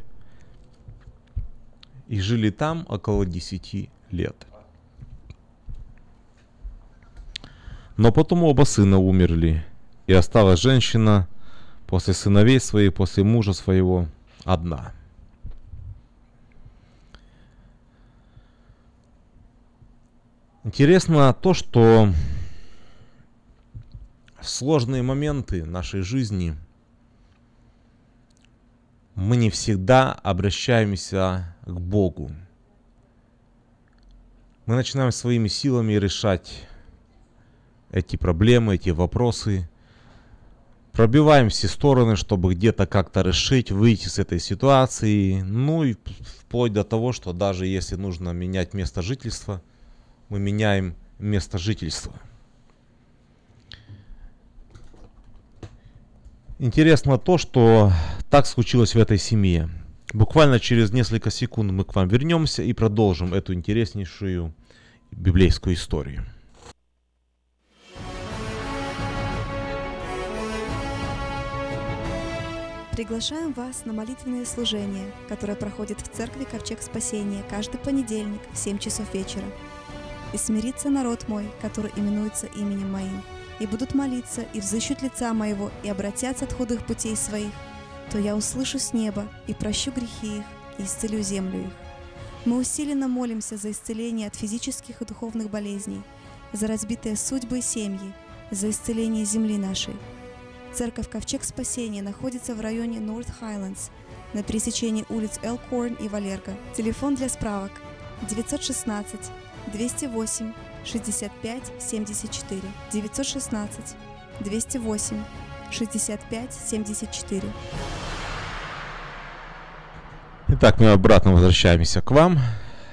И жили там около 10 лет. Но потом оба сына умерли, и осталась женщина после сыновей своих, после мужа своего, одна. Интересно то, что в сложные моменты нашей жизни мы не всегда обращаемся к Богу. Мы начинаем своими силами решать эти проблемы, эти вопросы. Пробиваем все стороны, чтобы где-то как-то решить, выйти с этой ситуации. И вплоть до того, что даже если нужно менять место жительства, мы меняем место жительства. Интересно то, что так случилось в этой семье. Буквально через несколько секунд мы к вам вернемся и продолжим эту интереснейшую библейскую историю. Приглашаем вас на молитвенное служение, которое проходит в церкви Ковчег Спасения каждый понедельник в 7 часов вечера. «И смирится народ мой, который именуется именем моим, и будут молиться, и взыщут лица моего, и обратятся от худых путей своих, то я услышу с неба, и прощу грехи их, и исцелю землю их». Мы усиленно молимся за исцеление от физических и духовных болезней, за разбитые судьбы и семьи, за исцеление земли нашей. Церковь Ковчег Спасения находится в районе North Highlands, на пересечении улиц Элкорн и Валерго. Телефон для справок 916 208 65 74. 916 208 65 74. Итак, мы обратно возвращаемся к вам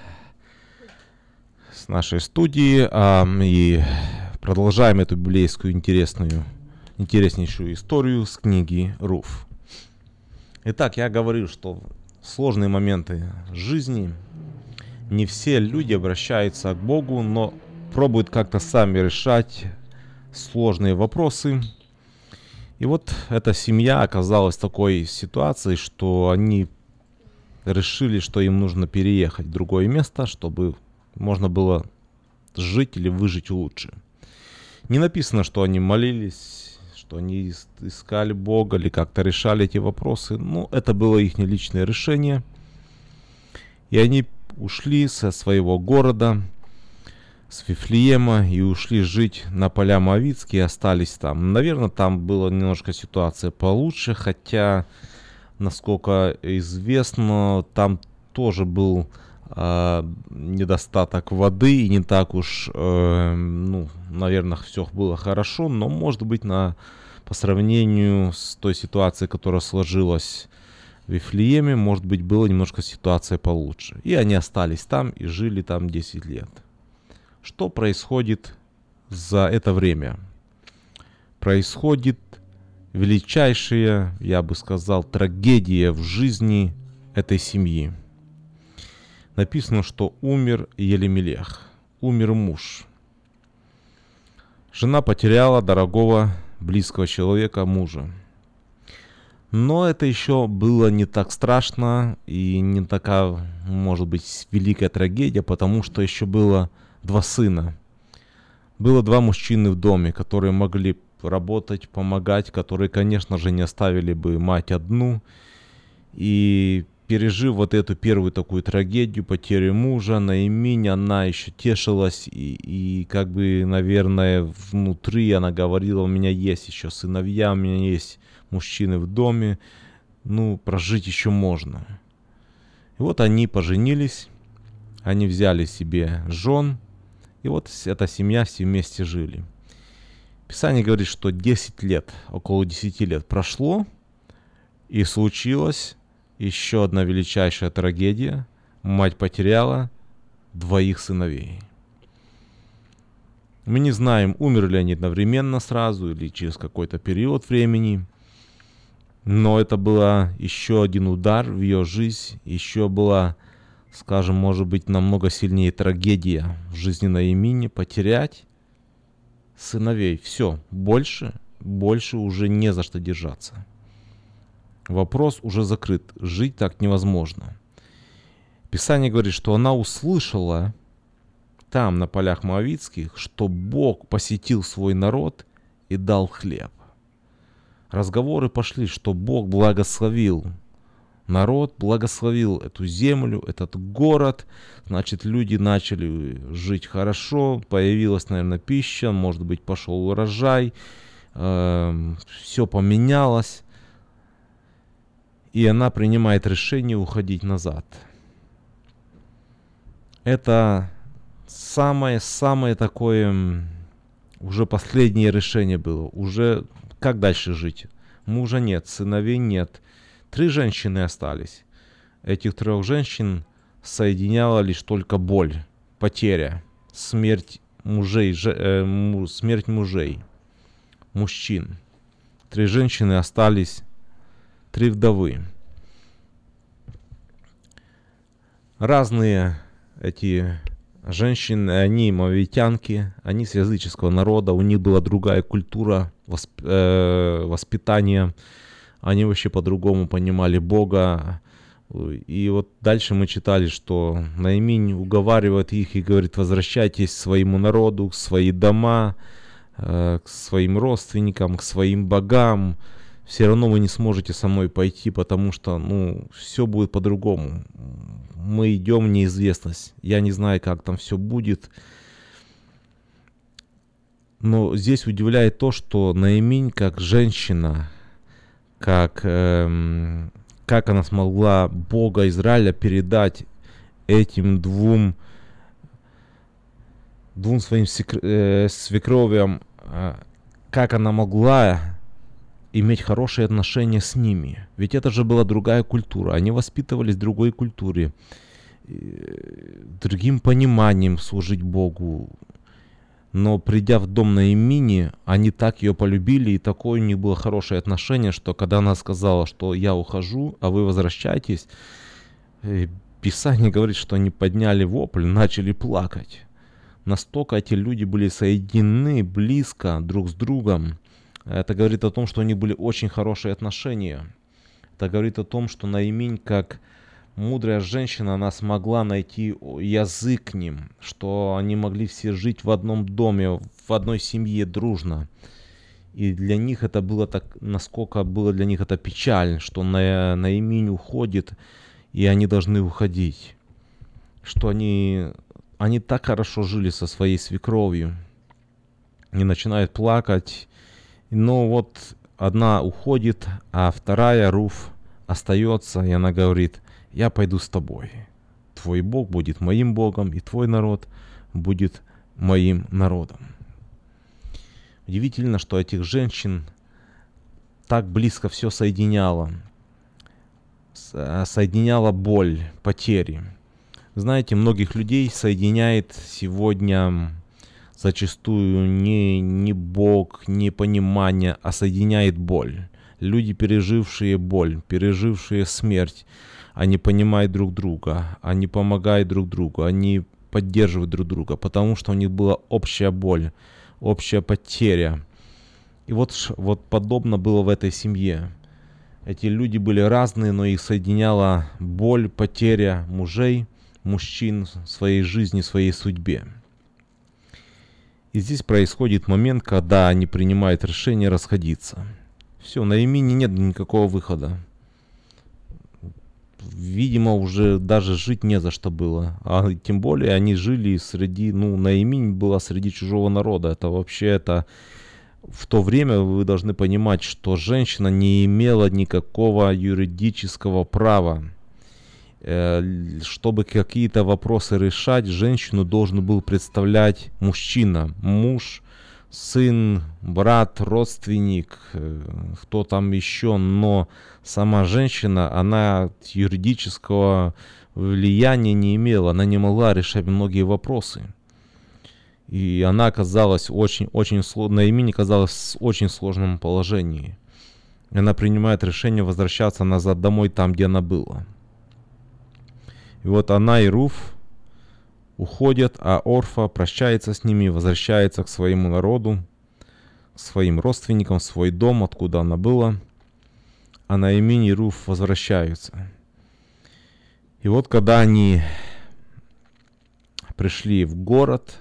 с нашей студии и продолжаем эту библейскую интереснейшую историю с книги Руф. Итак, я говорил, что в сложные моменты жизни не все люди обращаются к Богу, но пробуют как-то сами решать сложные вопросы. И вот эта семья оказалась в такой ситуации, что они решили, что им нужно переехать в другое место, чтобы можно было жить или выжить лучше. Не написано, что они молились, что они искали Бога или как-то решали эти вопросы. Ну, это было их личное решение. И они ушли со своего города, с Вифлеема, и ушли жить на поля Моавитские, остались там. Наверное, там была немножко ситуация получше, хотя, насколько известно, там тоже был недостаток воды, и не так уж, наверное, все было хорошо, но, может быть, по сравнению с той ситуацией, которая сложилась в Вифлееме, может быть, была немножко ситуация получше. И они остались там и жили там 10 лет. Что происходит за это время? Происходит величайшая, я бы сказал, трагедия в жизни этой семьи. Написано, что умер Елемелех, умер муж. Жена потеряла дорогого, близкого человека, мужа. Но это еще было не так страшно и не такая, может быть, великая трагедия, потому что еще было 2 сына. Было 2 мужчины в доме, которые могли работать, помогать, которые, конечно же, не оставили бы мать одну. И пережив вот эту первую такую трагедию, потерю мужа, Наиминь, она еще тешилась и как бы, наверное, внутри она говорила: у меня есть еще сыновья, у меня есть мужчины в доме, прожить еще можно. И вот они поженились, они взяли себе жен, и вот эта семья все вместе жили. Писание говорит, что 10 лет, около 10 лет прошло, и случилось еще одна величайшая трагедия. Мать потеряла 2 сыновей. Мы не знаем, умерли они одновременно сразу или через какой-то период времени. Но это был еще один удар в ее жизнь. Еще была, скажем, может быть, намного сильнее трагедия в жизни Наимини. Потерять сыновей. Все, больше уже не за что держаться. Вопрос уже закрыт. Жить так невозможно. Писание говорит, что она услышала там, на полях Моавитских, что Бог посетил свой народ и дал хлеб. Разговоры пошли, что Бог благословил народ, благословил эту землю, этот город. Значит, люди начали жить хорошо, появилась, наверное, пища, может быть, пошел урожай, все поменялось. И она принимает решение уходить назад. Это самое такое, уже последнее решение было. Уже как дальше жить? Мужа нет, сыновей нет. 3 женщины остались. Этих 3 женщин соединяла лишь только боль, потеря, смерть мужей, мужчин. 3 женщины остались, 3 вдовы. Разные эти женщины, они моавитянки, они с языческого народа, у них была другая культура воспитания, они вообще по-другому понимали Бога. И вот дальше мы читали, что Наиминь уговаривает их и говорит: возвращайтесь к своему народу, к своим дома, к своим родственникам, к своим богам. Все равно вы не сможете со мной пойти, потому что, все будет по-другому. Мы идем в неизвестность. Я не знаю, как там все будет. Но здесь удивляет то, что Наиминь, как женщина, как она смогла Бога Израиля передать этим двум своим свекровям, как она могла иметь хорошие отношения с ними. Ведь это же была другая культура. Они воспитывались в другой культуре, другим пониманием служить Богу. Но придя в дом Наимини, они так ее полюбили, и такое у них было хорошее отношение, что когда она сказала, что я ухожу, а вы возвращайтесь, Писание говорит, что они подняли вопль, начали плакать. Настолько эти люди были соединены близко друг с другом. Это говорит о том, что у них были очень хорошие отношения. Это говорит о том, что Наиминь, как мудрая женщина, она смогла найти язык к ним, что они могли все жить в одном доме, в одной семье дружно. И для них это было так, насколько было для них это печаль, что Наиминь уходит, и они должны уходить. Что они так хорошо жили со своей свекровью. И начинают плакать. Но вот одна уходит, а вторая, Руф, остается, и она говорит: я пойду с тобой. Твой Бог будет моим Богом, и твой народ будет моим народом. Удивительно, что этих женщин так близко все соединяло. Соединяла боль, потери. Знаете, многих людей соединяет сегодня зачастую не Бог, не понимание, а соединяет боль. Люди, пережившие боль, пережившие смерть, они понимают друг друга, они помогают друг другу, они поддерживают друг друга, потому что у них была общая боль, общая потеря. И вот подобно было в этой семье. Эти люди были разные, но их соединяла боль, потеря мужей, мужчин в своей жизни, в своей судьбе. И здесь происходит момент, когда они принимают решение расходиться. Все, на Наимине нет никакого выхода. Видимо, уже даже жить не за что было. А тем более они жили среди, Наиминь была среди чужого народа. Это вообще, в то время вы должны понимать, что женщина не имела никакого юридического права. Чтобы какие-то вопросы решать, женщину должен был представлять мужчина, муж, сын, брат, родственник, кто там еще, но сама женщина, она юридического влияния не имела, она не могла решать многие вопросы. И она оказалась очень сложной, Наиминь оказалась в очень сложном положении. Она принимает решение возвращаться назад домой, там, где она была. И вот она и Руф уходят, а Орфа прощается с ними, возвращается к своему народу, к своим родственникам, в свой дом, откуда она была. А Наиминь и Руф возвращаются. И вот когда они пришли в город,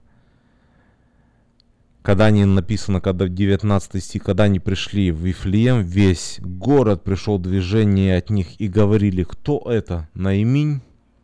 когда они написано, когда 19 стих, когда они пришли в Вифлеем, весь город пришел в движение от них и говорили: кто это? Наиминь?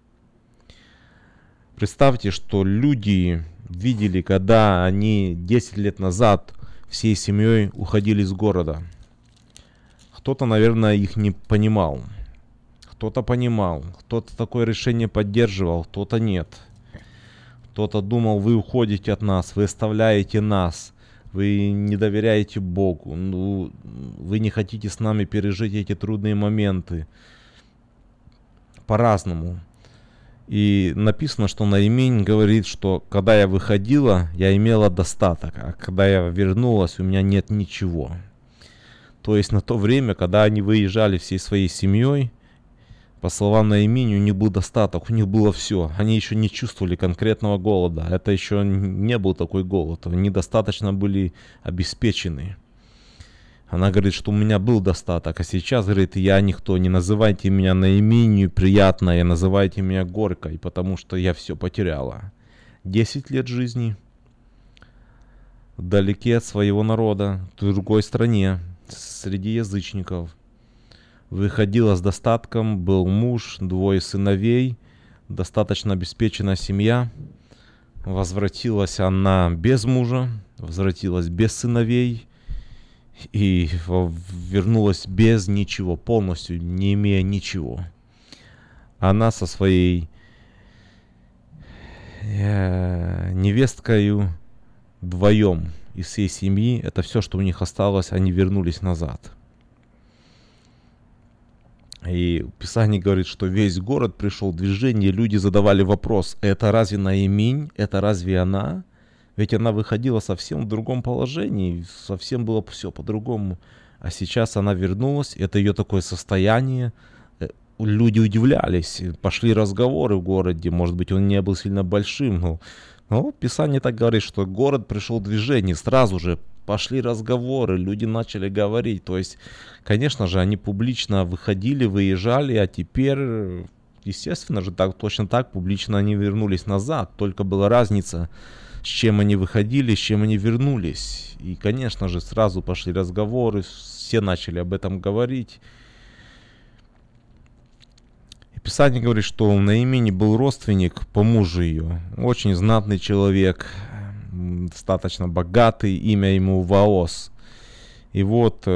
Представьте, что люди видели, когда они 10 лет назад всей семьей уходили из города. Кто-то, наверное, их не понимал. Кто-то понимал, кто-то такое решение поддерживал, кто-то нет. Кто-то думал: вы уходите от нас, вы оставляете нас, вы не доверяете Богу, вы не хотите с нами пережить эти трудные моменты. По-разному. И написано, что Наиминь говорит, что когда я выходила, я имела достаток, а когда я вернулась, у меня нет ничего. То есть на то время, когда они выезжали всей своей семьей, по словам Наиминь, у них был достаток, у них было все. Они еще не чувствовали конкретного голода. Это еще не был такой голод. Они достаточно были обеспечены. Она говорит, что у меня был достаток. А сейчас, говорит, я никто. Не называйте меня Наиминью приятной, называйте меня горькой, потому что я все потеряла. 10 лет жизни вдалеке от своего народа, в другой стране, среди язычников. Выходила с достатком, был муж, 2 сыновей, достаточно обеспеченная семья. Возвратилась она без мужа, возвратилась без сыновей и вернулась без ничего, полностью не имея ничего. Она со своей невесткою вдвоем из всей семьи. Это все, что у них осталось. Они вернулись назад. И Писание говорит, что весь город пришел в движение. Люди задавали вопрос: это разве Наиминь? Это разве она? Ведь она выходила совсем в другом положении. Совсем было все по-другому. А сейчас она вернулась. Это ее такое состояние. Люди удивлялись. Пошли разговоры в городе. Может быть, он не был сильно большим. Но Писание так говорит, что город пришел в движение. Сразу же пошли разговоры. Люди начали говорить. То есть, конечно же, они публично выходили, выезжали. А теперь, естественно же, точно так публично они вернулись назад. Только была разница, с чем они выходили, с чем они вернулись. И, конечно же, сразу пошли разговоры. Все начали об этом говорить. Писание говорит, что у Наимини был родственник по мужу ее, очень знатный человек, достаточно богатый, имя ему Ваос. И вот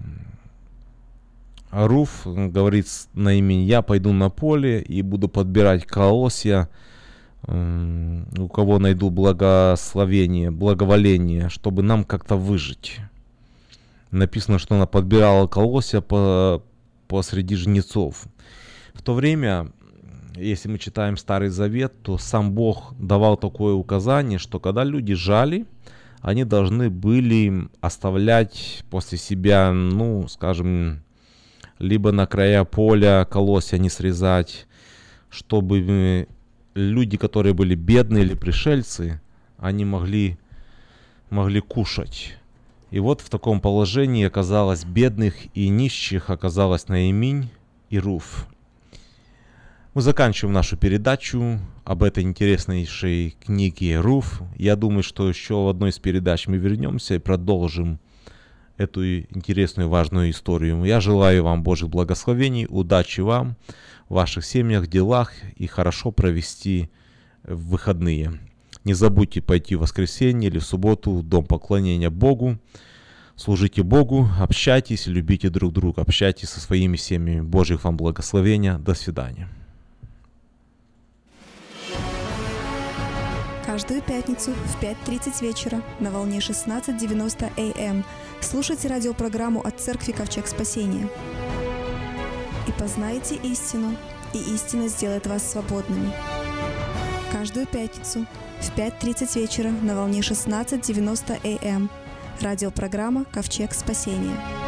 Руф говорит Наимини: я пойду на поле и буду подбирать колосья, у кого найду благоволение, чтобы нам как-то выжить. Написано, что она подбирала колосья посреди жнецов. В то время, если мы читаем Старый Завет, то сам Бог давал такое указание, что когда люди жали, они должны были оставлять после себя, скажем, либо на края поля колосья не срезать, чтобы люди, которые были бедные или пришельцы, они могли кушать. И вот в таком положении оказалось бедных и нищих, оказалась Наиминь и Руф. Мы заканчиваем нашу передачу об этой интереснейшей книге Руф. Я думаю, что еще в одной из передач мы вернемся и продолжим эту интересную и важную историю. Я желаю вам Божьих благословений, удачи вам в ваших семьях, делах и хорошо провести выходные. Не забудьте пойти в воскресенье или в субботу в дом поклонения Богу. Служите Богу, общайтесь, любите друг друга, общайтесь со своими семьями. Божьих вам благословения. До свидания. Каждую пятницу в 5:30 вечера на волне 16:90 АМ слушайте радиопрограмму от Церкви Ковчег Спасения. И познайте истину, и истина сделает вас свободными. Каждую пятницу в 5:30 вечера на волне 16:90 АМ радиопрограмма «Ковчег Спасения».